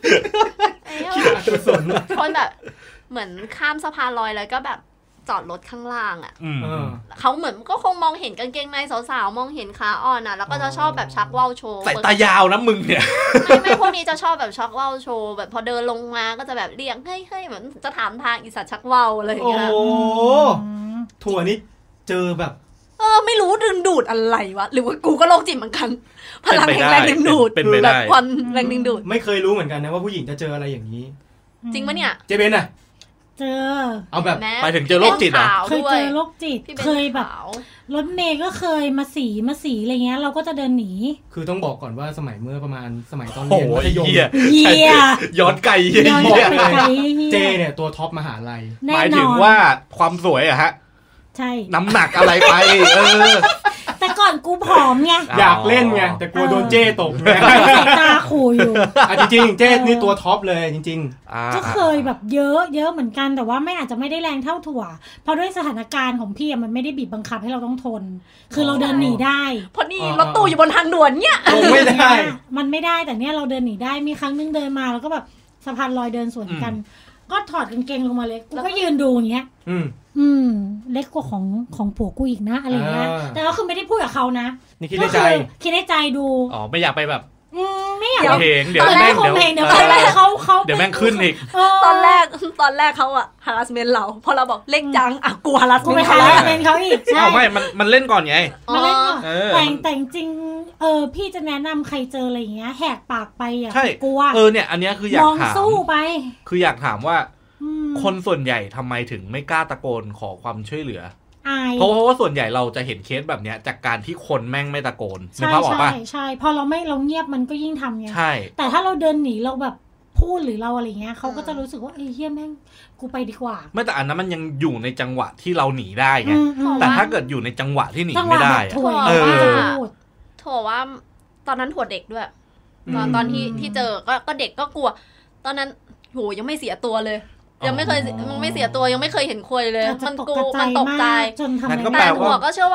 คนแบบเหมือนข้ามสะพานลอยแล้วก็แบบจอดรถข้างล่างอ่ะเขาเหมือนก็คงมองเห็นกางเกงในสาวๆมองเห็นขาอ่อนอ่ะแล้วก็จะชอบแบบชักว่าวโชว์สายตายาวนะมึงเนี่ยไม่พวกนี้จะชอบแบบชักว่าวโชว์แบบพอเดินลงมาก็จะแบบเรียกเฮ้ยเหมือนจะถามทางอีสัตว์ชักว่าวอะไรอย่างเงี้ยโอ้ถั่วนี่เจอแบบไม่รู้ดึงดูดอะไรวะหรือว่ากูก็โรคจิตเหมือนกันพลังแห่งแรงดึงดูดแบบควันแรงดึงดูดไม่เคยรู้เหมือนกันนะว่าผู้หญิงจะเจออะไรอย่างนี้จริงปะเนี่ยเจเบนอะเจอเอาแบบไปถึงเจอโรคจิตอ่ะเคยเจอโรคจิตเคยแบบรถเมย์ก็เคยมาสีอะไรเงี้ยเราก็จะเดินหนีคือต้องบอกก่อนว่าสมัยเมื่อประมาณสมัยตอนเรียนมัธยมย้อนไกลเจเนี่ยตัวท็อปมหาลัยหมายถึงว่าความสวยอะฮะใช่น้ำหนักอะไรไปแต่ก่อนกูผอมไงอยากเล่นไงแต่กลัวโดนเจ้ตกตาขู่อยู่จริงๆเจ้นี่ตัวท็อปเลยจริงๆก็เคยแบบเยอะเหมือนกันแต่ว่าไม่อาจจะไม่ได้แรงเท่าถั่วเพราะด้วยสถานการณ์ของพี่มันไม่ได้บีบบังคับให้เราต้องทนคือเราเดินหนีได้เพราะนี่รถตู้อยู่บนทางด่วนเนี่ยไม่ได้มันไม่ได้แต่เนี้ยเราเดินหนีได้มีครั้งนึงเดินมาแล้วก็แบบสะพานลอยเดินสวนกันก็ถอดกางเกงลงมาเลยกูก็ยืนดูอย่างเงี้ยเล็กกว่าของผัวกูอีกนะอะไรเงี้ยแต่ก็คือไม่ได้พูดกับเขานะนี่คิดในใจดูไม่อยากไปแบบไม่อยากเพลงเดี๋ยวแม่งเขาเดี๋ยวแม่งขึ้นอีกตอนแรกเขาอะ harassment เราพอเราบอกเล็กจังอะกู harassment เขาอีกใช่ไม่มันเล่นก่อนไงมันเล่นก่อนแต่จริงพี่จะแนะนำใครเจออะไรอย่างเงี้ยแหกปากไปอ่ะกลัวเนี่ยอันเนี้ยคืออยากถามสู้ไปคืออยากถามว่าคนส่วนใหญ่ทำไมถึงไม่กล้าตะโกนขอความช่วยเหลือเพราะว่าส่วนใหญ่เราจะเห็นเคสแบบเนี้ยจากการที่คนแม่งไม่ตะโกนใช่พอเราเงียบมันก็ยิ่งทำไงใช่แต่ถ้าเราเดินหนีเราแบบพูดหรือเราอะไรเงี้ยเขาก็จะรู้สึกว่าเฮียแม่งกูไปดีกว่าไม่แต่อันนั้นมันยังอยู่ในจังหวะที่เราหนีได้ไงแต่ถ้าเกิดอยู่ในจังหวะที่หนีไม่ได้ถั่วว่าตอนนั้นถั่วเด็กด้วยตอนที่เจอก็เด็กก็กลัวตอนนั้นโหยังไม่เสียตัวเลยยังไม่เคยไม่เสียตัวยังไม่เคยเห็นควยเลยมันตกใจจนทำแต่ถั่วก็เชื่อว่า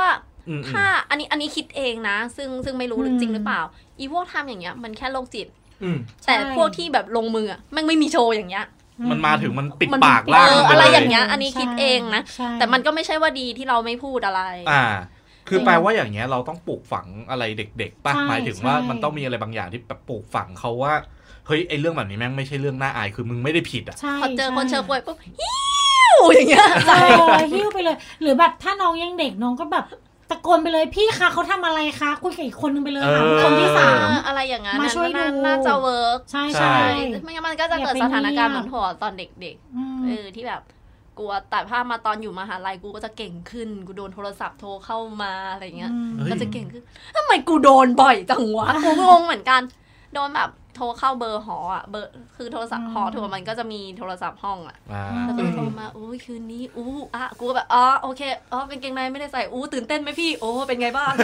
ถ้าอันนี้คิดเองนะซึ่งไม่รู้จริงหรือเปล่าอีพวกทำอย่างเงี้ยมันแค่โรคจิตแต่พวกที่แบบลงมือมันไม่มีโชว์อย่างเงี้ยมันมาถึงมันปิดปากล่างอะไรอย่างเงี้ยอันนี้คิดเองนะแต่มันก็ไม่ใช่ว่าดีที่เราไม่พูดอะไรคือแปลว่าอย่างเงี้ยเราต้องปลูกฝังอะไรเด็กๆป่ะหมายถึงว่ามันต้องมีอะไรบางอย่างที่แบบปลูกฝังเขาว่าเฮ้ยไอ้เรื่องแบบนี้แม่งไม่ใช่เรื่องน่าอายคือมึงไม่ได้ผิดอ่ะพอเจอคนเชิญป่วยปุ๊บฮิ้วอย่างเงี้ยฮิ้วไปเลยหรือแบบถ้าน้องยังเด็กน้องก็แบบตะโกนไปเลยพี่คะเขาทำอะไรคะคุยกับอีกคนนึงไปเลยค่ะคนที่3 อะไรอย่างนั้นมาช่วยดูน่าจะเวิร์กใช่ไม่งั้นมันก็จะเกิดสถานการณ์เหมือนหัวตอนเด็กๆที่แบบกลัวแต่ถ้ามาตอนอยู่มหาลัยกูก็จะเก่งขึ้นกูโดนโทรศัพท์โทรเข้ามาอะไรเงี้ยก็จะเก่งขึ้นทำไมกูโดนบ่อยจังวะกูงงเหมือนกันโดนแบบโทรเข้าเบอร์หอเบอร์คือโทรศัพท์หอถือว่ามันก็จะมีโทรศัพท์ห้องแล้วก็โทรมาคืนนี้กูแบบโอเคเป็นเกงในไม่ได้ใส่ตื่นเต้นไหมพี่เป็นไงบ้าง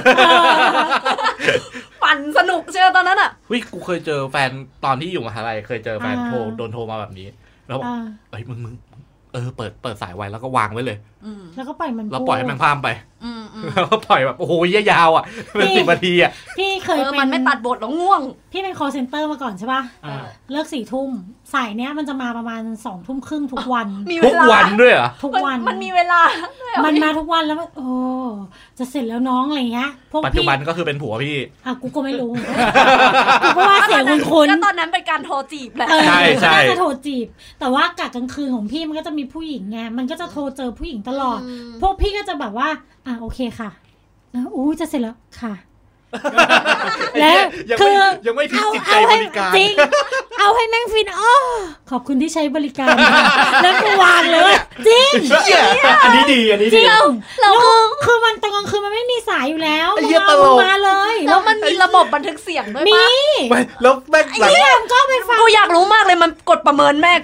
ปั่นสนุกเชียวตอนนั้นกูเคยเจอแฟนตอนที่อยู่มหาลัยเคยเจอแฟนโดนโทรมาแบบนี้แล้วบอกเฮ้ยมึงเปิดสายไว้แล้วก็วางไว้เลยแล้วก็ปล่อยมันแล้วปล่อยให้มันพามไปแล้วก็ปล่อยแบบโอ้โหยาวเป็น10 นาทีพี่เคยมันไม่ตัดบทแล้วง่วงพี่เป็น call center มาก่อนใช่ป่ะเลิก 4 ทุ่มสายเนี้ยมันจะมาประมาณ 2 ทุ่มครึ่งทุกวันทุกวันด้วยเหรอทุกวันมันมีเวลามันมาทุกวันแล้วจะเสร็จแล้วน้องอะไรเงี้ยพวกปัจจุบันก็คือเป็นผัวพี่กูก็ไม่รู้กูก็ว่าเสียงคุ้นๆก็ตอนนั้นเป็นการโทรจีบแหละใช่น่าจะโทรจีบแต่ว่ากะกลางคืนของพี่มันก็จะมีผู้หญิงไงมันก็จะโทรเจอผู้หญิงตลอดพวกพี่ก็จะแบบว่าโอเคค่ะจะเสร็จแล้วค่ะแล้วคือยังไม่ทิ้งจิตใจบริการจริงเอาให้แม่งฟินขอบคุณที่ใช้บริการแล้วก็วางเลยจริงอันนี้ดีจริงเราคือมันตอนกลางคืนมันไม่มีสายอยู่แล้วมาเลยแล้วมันมีระบบบันทึกเสียงด้วยป่ะแล้วแม่งหลังก็ไปฟังกูอยากรู้มากเลยมันกดประเมินแม่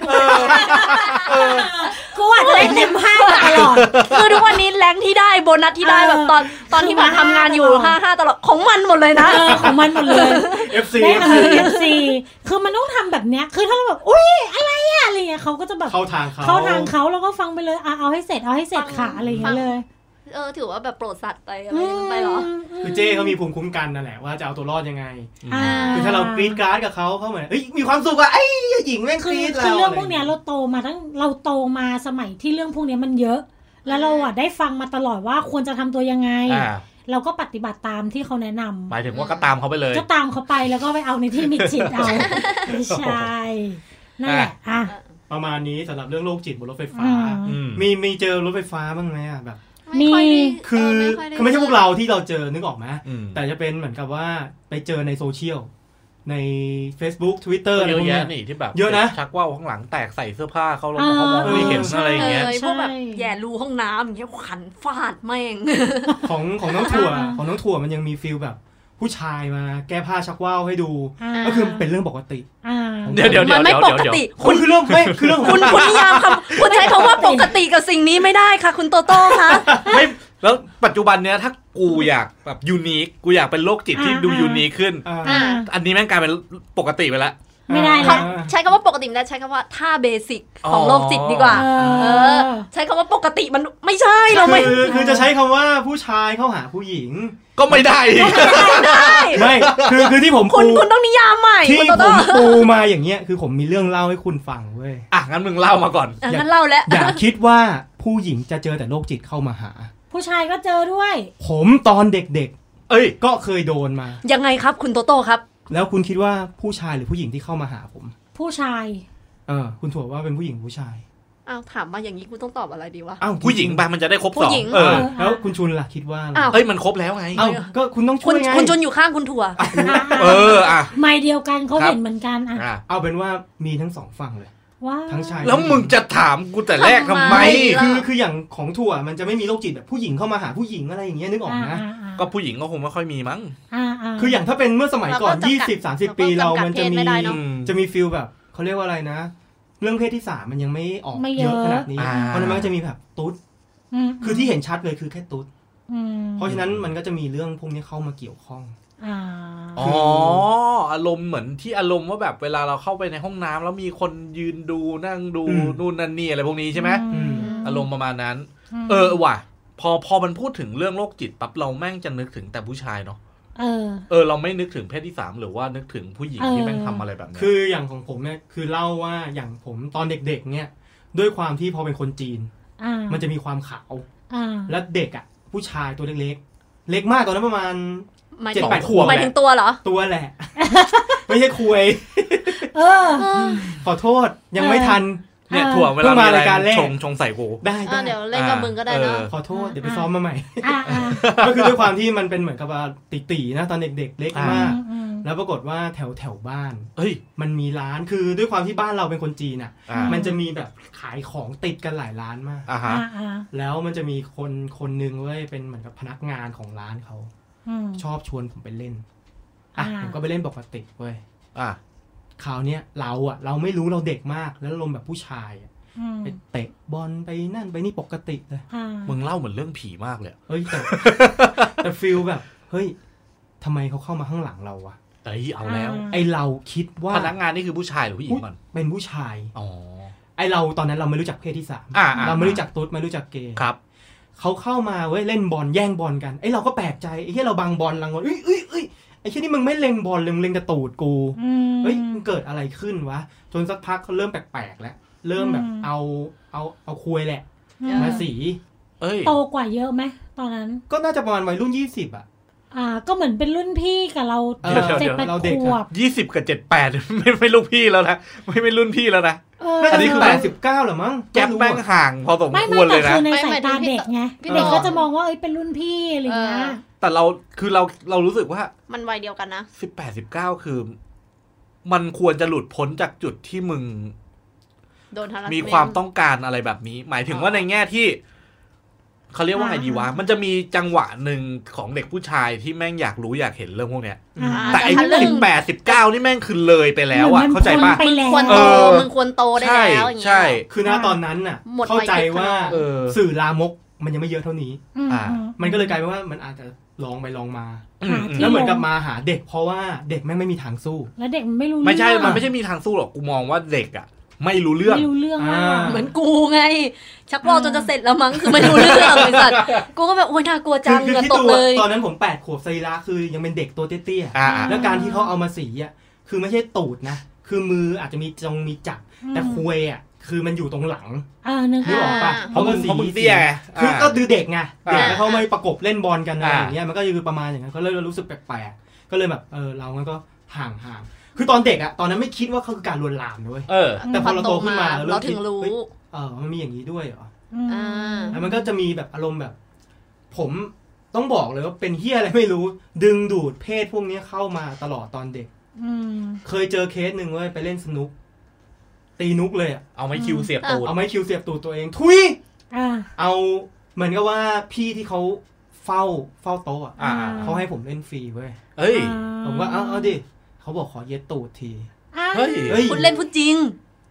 กูอาจจะได้เต็ม5ตลอดคือทุกวันนี้แรงที่ได้โบนัสที่ได้แบบตอนที่มาทำงานอยู่5ตลอดของมันหมดเลยนะของมันหมดเลย FC คือมันต้องทำแบบเนี้ยคือถ้าเราแบบอุ้ยอะไรอะไรเงี้ยเขาก็จะแบบเข้าทางเขาแล้วก็ฟังไปเลยเอาให้เสร็จค่ะอะไรอย่างเงี้ยเลยถือว่าแบบโปรดสัตว์ไปอะไรไปหรอคือเจ้เขามีภูมิคุ้มกันนั่นแหละว่าจะเอาตัวรอดยังไงคือถ้าเรากรี๊ดกราดกับเขาเหมือนมีความสุขไอ้หญิงแม่งกรี๊ดแล้วคือเรื่องพวกเนี้ยเราโตมาสมัยที่เรื่องพวกเนี้ยมันเยอะแล้วเราได้ฟังมาตลอดว่าควรจะทำตัวยังไงเราก็ปฏิบัติตามที่เขาแนะนำหมายถึงว่าก็ตามเขาไปเลยก็ตามเขาไปแล้วก็ไปเอาในที่มิดชิดเอาไม่ใช่นั่นแหละประมาณนี้สำหรับเรื่องโรคจิตบนรถไฟฟ้ามีเจอรถไฟฟ้าบ้างไหมแบบมีคือไม่ใช่พวกเราที่เราเจอนึกออกไหมแต่จะเป็นเหมือนกับว่าไปเจอในโซเชียลใน Facebook Twitter เยอะแยะนี่ที่แบบเยอะนะชักว่าวข้างหลังแตกใส่เสื้อผ้าเขาแล้วเขามองไม่เห็นอะไรอย่างเงี้ยพวกแบบแย่รูห้องน้ำอย่างเงี้ยขันฟาดแม่งของน้องถั่วมันยังมีฟีลแบบผู้ชายมาแก้ผ้าชักว่าวให้ดูก็คือเป็นเรื่องปกติเดี๋ยวมันไม่ปกติคุณคือเรื่องไม่คือเรื่องคุณนิยามคำคุณใช้คำว่าปกติกับสิ่งนี้ไม่ได้ค่ะคุณโตโต้คะไม่แล้วปัจจุบันเนี้ยถ้ากูอยากแบบยูนิคกูอยากเป็นโรคจิตที่ดูยูนิคขึ้นอันนี้แม่งกลายเป็นปกติไปแล้วไม่ได้แล้วใช้คำว่าปกติไม่ได้ใช้คำว่าท่าเบสิกของโรคจิตดีกว่าใช้คำว่าปกติมันไม่ใช่เราไม่คือจะใช้คำว่าผู้ชายเข้าหาผู้หญิงก็ไม่ได้ไม่คือที่ผมคุณต้องนิยามใหม่ที่ผมปูมาอย่างเงี้ยคือผมมีเรื่องเล่าให้คุณฟังเว้ยงั้นมึงเล่ามาก่อนงั้นเล่าแล้วอย่าคิดว่าผู้หญิงจะเจอแต่โรคจิตเข้ามาหาผู้ชายก็เจอด้วยผมตอนเด็กๆก็เคยโดนมายังไงครับคุณโตโต้ครับแล้วคุณคิดว่าผู้ชายหรือผู้หญิงที่เข้ามาหาผมผู้ชายคุณถั่วว่าเป็นผู้หญิงผู้ชายถามมาอย่างนี้กูต้องตอบอะไรดีวะผู้หญิงป่ะมันจะได้ครบ2 แล้วคุณชุนล่ะคิดว่ามันครบแล้วไงก็คุณต้องช่วยไงคุณชุนอยู่ข้างคุณถั่วไม่เดียวกันเขาเห็นเหมือนกันเอาเป็นว่ามีทั้ง2ฝั่งเลยทั้งชายแล้วมึงจะถามกูแต่แรกทำไมคืออย่างของถั่วมันจะไม่มีโรคจิตแบบผู้หญิงเข้ามาหาผู้หญิงอะไรอย่างเงี้ยนึกออกนะก็ผู้หญิงก็คงไม่ค่อยมีมั้งคืออย่างถ้าเป็นเมื่อสมัยก่อน 20-30 ปีเรามันจะมีฟีลแบบเขาเรียกว่าอะไรนะเรื่องเพศที่3มันยังไม่ออกเยอะขนาดนี้เพราะนั้นมันก็จะมีแบบตุ๊ดคือที่เห็นชัดเลยคือแค่ตุ๊ดเพราะฉะนั้นมันก็จะมีเรื่องพวกนี้เข้ามาเกี่ยวข้องอารมณ์เหมือนที่อารมณ์ว่าแบบเวลาเราเข้าไปในห้องน้ำแล้วมีคนยืนดูนั่งดูนู่นนั่นนี่อะไรพวกนี้ใช่ไหมอารมณ์ประมาณนั้นว่ะพอมันพูดถึงเรื่องโรคจิตปั๊บเราแม่งจะนึกถึงแต่ผู้ชายเนาะเราไม่นึกถึงเพศที่3หรือว่านึกถึงผู้หญิงที่แม่งทำอะไรแบบนี้คืออย่างของผมเนี่ยคือเล่าว่าอย่างผมตอนเด็กๆเนี่ยด้วยความที่พอเป็นคนจีนมันจะมีความขาวแล้วเด็กอ่ะผู้ชายตัวเล็กๆเล็กมากตอนนั้นประมาณ 7-8 ขวบหมายถึงตัวเหรอตัวแหละ ไม่ใช่คุยขอโทษยังไม่ทันเนี่ยถั่วเวลามีอะไรชงใส่กูได้เดี๋ยวเล่นกับมึงก็ได้นะขอโทษเดี๋ยวไปซ้อมมาใหม่ก็คือด้วยความที่มันเป็นเหมือนกับว่าตีๆนะตอนเด็กๆเล็กมากแล้วปรากฏว่าแถวบ้านมันมีร้านคือด้วยความที่บ้านเราเป็นคนจีนอ่ะมันจะมีแบบขายของติดกันหลายร้านมากแล้วมันจะมีคนนึงเว้ยเป็นเหมือนกับพนักงานของร้านเขาชอบชวนผมไปเล่นผมก็ไปเล่นปกติเว้ยคราวนี้เราไม่รู้เราเด็กมากแล้วลมแบบผู้ชายไปเตะบอลไปนั่นไปนี่ปกติเลยมึงเล่าเหมือนเรื่องผีมากเลยเฮ้ยแต่ฟีลแบบเฮ้ยทำไมเขาเข้ามาข้างหลังเราวะเอาแล้วไอเราคิดว่าพนักงานนี่คือผู้ชายหรือผู้หญิงก่อนเป็นผู้ชายไอเราตอนนั้นเราไม่รู้จักเพศที่3เราไม่รู้จักตุ๊ดไม่รู้จักเกย์ครับเขาเข้ามาเว้ยเล่นบอลแย่งบอลกันไอเราก็แปลกใจไอที่เราบังบอลลังบอลไอ้แค่นี้มึงไม่เล็งบอลเล็งแต่ตูดกูเฮ้ยมันเกิดอะไรขึ้นวะจนสักพักเขาเริ่มแปลกๆแล้วเริ่มแบบเอาคุยแหละมาสีโตกว่าเยอะไหมตอนนั้นก็น่าจะประมาณวัยรุ่น20อ่ะก็เหมือนเป็นรุ่นพี่กับเรา7-8 ขวบ 20กับ78ไม่ลูกพี่แล้วนะไม่รุ่นพี่แล้วนะอันนี้คือ89เหรอมั้งแก๊ปแม่งห่างพอสมควรเลยนะคือในสายตาเด็กไงเด็กก็จะมองว่าเป็นรุ่นพี่อะไรเงี้ยแต่เรารู้สึกว่ามันวัยเดียวกันนะ 18-19คือมันควรจะหลุดพ้นจากจุดที่มึงมีความต้องการอะไรแบบนี้หมายถึงว่าในแง่ที่เขาเรียกว่าไงดีวะมันจะมีจังหวะหนึ่งของเด็กผู้ชายที่แม่งอยากรู้อยากเห็นเรื่องพวกเนี้ยแต่ไอ้18-19นี่แม่งคือเลยไปแล้วอ่ะเข้าใจป่ะควรโตมึงควรโตได้แล้วอย่างเงี้ยใช่คือณตอนนั้นน่ะเข้าใจว่าสื่อลามกมันยังไม่เยอะเท่านี้มันก็เลยกลายเป็นว่ามันอาจจะลองไปลองมาแล้วเหมือนกับมาหาเด็กเพราะว่าเด็กแม่งไม่มีทางสู้แล้วเด็กไม่รู้ไม่ใช่มันไม่ใช่มีทางสู้หรอกกูมองว่าเด็กอ่ะไม่รู้เรื่องเหมือนกูไงชักว่าวจนจะเสร็จแล้วมั้งคือไม่รู้เรื่องบริษัทกูก็แบบโอ๊ยน่ากลัวจังเหงื่อตกเลยตอนนั้นผม8 ขวบสรีระคือยังเป็นเด็กตัวเตี้ยๆแล้วการที่เขาเอามาสีอ่ะคือไม่ใช่ตูดนะคือมืออาจจะมีจับแต่คุยอ่ะคือมันอยู่ตรงหลังนึกออกป่ะเพราะมึงเตี้ยคือก็ดูเด็กไงเด็กแล้วเขาไม่ประกบเล่นบอลกันอะไรอย่างเงี้ยมันก็คือประมาณอย่างนั้นก็เลยรู้สึกแปลกๆก็เลยแบบเรางั้นก็ห่างคือตอนเด็กอะตอนนั้นไม่คิดว่าเขาคือการลวนลามด้วยแต่พอเราโตขึ้นมาเราถึงรู้มันมีอย่างนี้ด้วยเหรอแล้วมันก็จะมีแบบอารมณ์แบบผมต้องบอกเลยว่าเป็นเหี้ยอะไรไม่รู้ดึงดูดเพศพวกนี้เข้ามาตลอดตอนเด็กเคยเจอเคสหนึ่งเว้ยไปเล่นสนุกตีนุกเลยเอาไม้คิวเสียบตูดตัวเองทุยเอาเหมือนกับว่าพี่ที่เขาเฝ้าโต๊ะเขาให้ผมเล่นฟรีเว้ยผมว่าเอาดิเขาบอกขอเย็ดตูดทีเฮ้ยพูดเล่นพูดจริง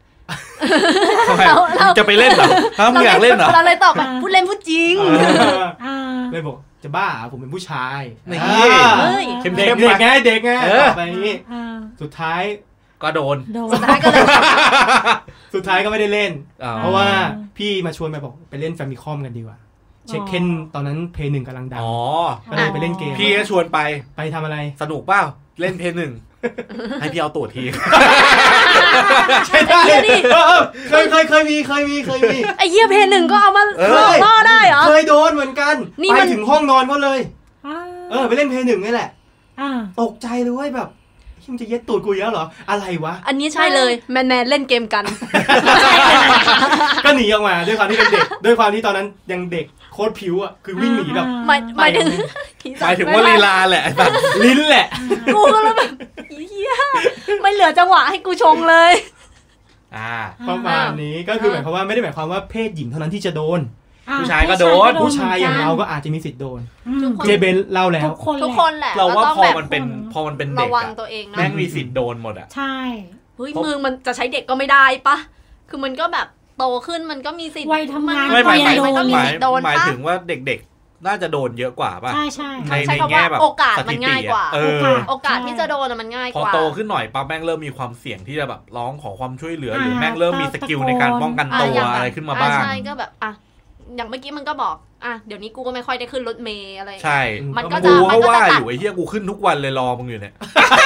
จะไปเล่นเหรอมึงอยากเล่นเหรอเราเลยตอบแบบพูดเล่นพูดจริงเลยบอกจะบ้าผมเป็นผู้ชายนี่เข้มเด็กไงต่อไปนี้สุดท้ายก็โดนสุดท้ายก็ไม่ได้เล่นเพราะว่าพี่มาชวนไปบอกไปเล่นแฟมิคอมกันดีกว่าเช็คเค้นตอนนั้นเพย์1กำลังดังก็เลยไปเล่นเกมพี่ก็ชวนไปทำอะไรสนุกเปล่าเล่นเพย์1ให้พี่เอาตูดทีใช่ได้เคยมีไอ้เหี้ยเพย์1ก็เอามาล่อได้เหรอเคยโดนเหมือนกันไปถึงห้องนอนก็เลยไปเล่นเพย์1นี่แหละตกใจเลยเว้ยแบบมึงจะเย็ดตูดกูแล้วเหรออะไรวะอันนี้ใช่เลยแมนเล่นเกมกันก็หนีออกมาด้วยความที่เป็นเด็กด้วยความที่ตอนนั้นยังเด็กโคตรผิวอ่ะคือวิ่งหนีแบบหมายถึงว่าลีลาแหละแบบลิ้นแหละกูก็แล้วแบบเหี้ยไม่เหลือจังหวะให้กูชงเลยประมาณนี้ก็คือหมายความว่าไม่ได้หมายความว่าเพศหญิงเท่านั้นที่จะโดนผู้ชายก็โดนผู้ชายอย่างเราก็อาจจะมีสิทธิ์โดนเจเบนเล่าแล้วทุกคนแหละเราว่าพอมันเป็นเด็กระวังตัวเองนะแม่งมีสิทธิ์โดนหมดอ่ะใช่เฮ้ยมือมันจะใช้เด็กก็ไม่ได้ปะคือมันก็แบบโตขึ้นมันก็มีสิทธิ์วัยทำงานมันก็มีสิทธิ์โดนหมายถึงว่าเด็กๆน่าจะโดนเยอะกว่าป่ะใช่ในแง่แบบโอกาสมันง่ายกว่าโอกาสที่จะโดนมันง่ายกว่าพอโตขึ้นหน่อยปั๊บแม่งเริ่มมีความเสี่ยงที่จะแบบร้องขอความช่วยเหลือหรือแม่งเริ่มมีสกิลในการป้องกันตัวอะไรขึ้นมาบ้างใช่ก็แบบอย่างเมื่อกี้มันก็บอกเดี๋ยวนี้กูก็ไม่ค่อยได้ขึ้นรถเมล์อะไรใช่มันก็จะว่าอยู่ไอ้เหี้ยกูขึ้นทุกวันเลยรอมึงอยู่เนี่ย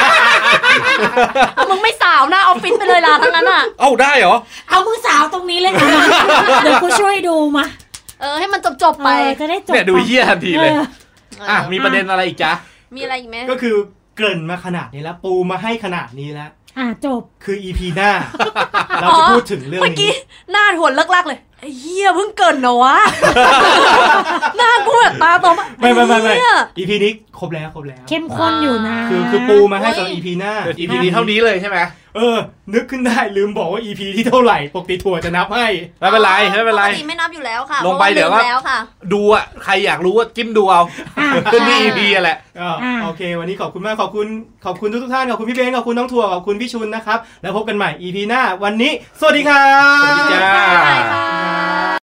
มึงไม่สาวหน้าออฟฟิศไปเลยล่ะทั้งนั้นอ่ะได้เหรอเอามึงสาวตรงนี้เลยเดี๋ยวกูช่วยดูมาให้มันจบไปจะได้จบเนี่ยดูเหี้ยทันทีเลยมีประเด็นอะไรอีกจ๊ะมีอะไรอีกไหมก็คือเกริ่นมาขนาดนี้แล้วปูมาให้ขนาดนี้แล้วจบคือ EP หน้าเราจะพูดถึงเรื่องนี้เมื่อกี้หน้าหัวเลิกๆเลยไอ้เหี้ยเพิ่งเกินเหรอวะหน้ากูแบบตาโตไม่ EP นี้ครบแล้วเข้มข้นอยู่นะคือปูมาให้สำหรับ EP หน้า EP นี้เท่านี้เลยใช่ไหมนึกขึ้นได้ลืมบอกว่า EP ที่เท่าไหร่ปกติถั่วจะนับให้ไม่เป็นไรปกติไม่นับอยู่แล้วค่ะลงไปเดี๋ยวว่าดูใครอยากรู้ว่าจิ้มดูเอาขึ้นที่ EP แหละโอเควันนี้ขอบคุณมากขอบคุณทุกท่านขอบคุณพี่เบนขอบคุณน้องถั่วขอบคุณพี่ชุนนะครับแล้วพบกันใหม่ EP หน้าวันนี้สวัสดีครับสวัสดีจ้า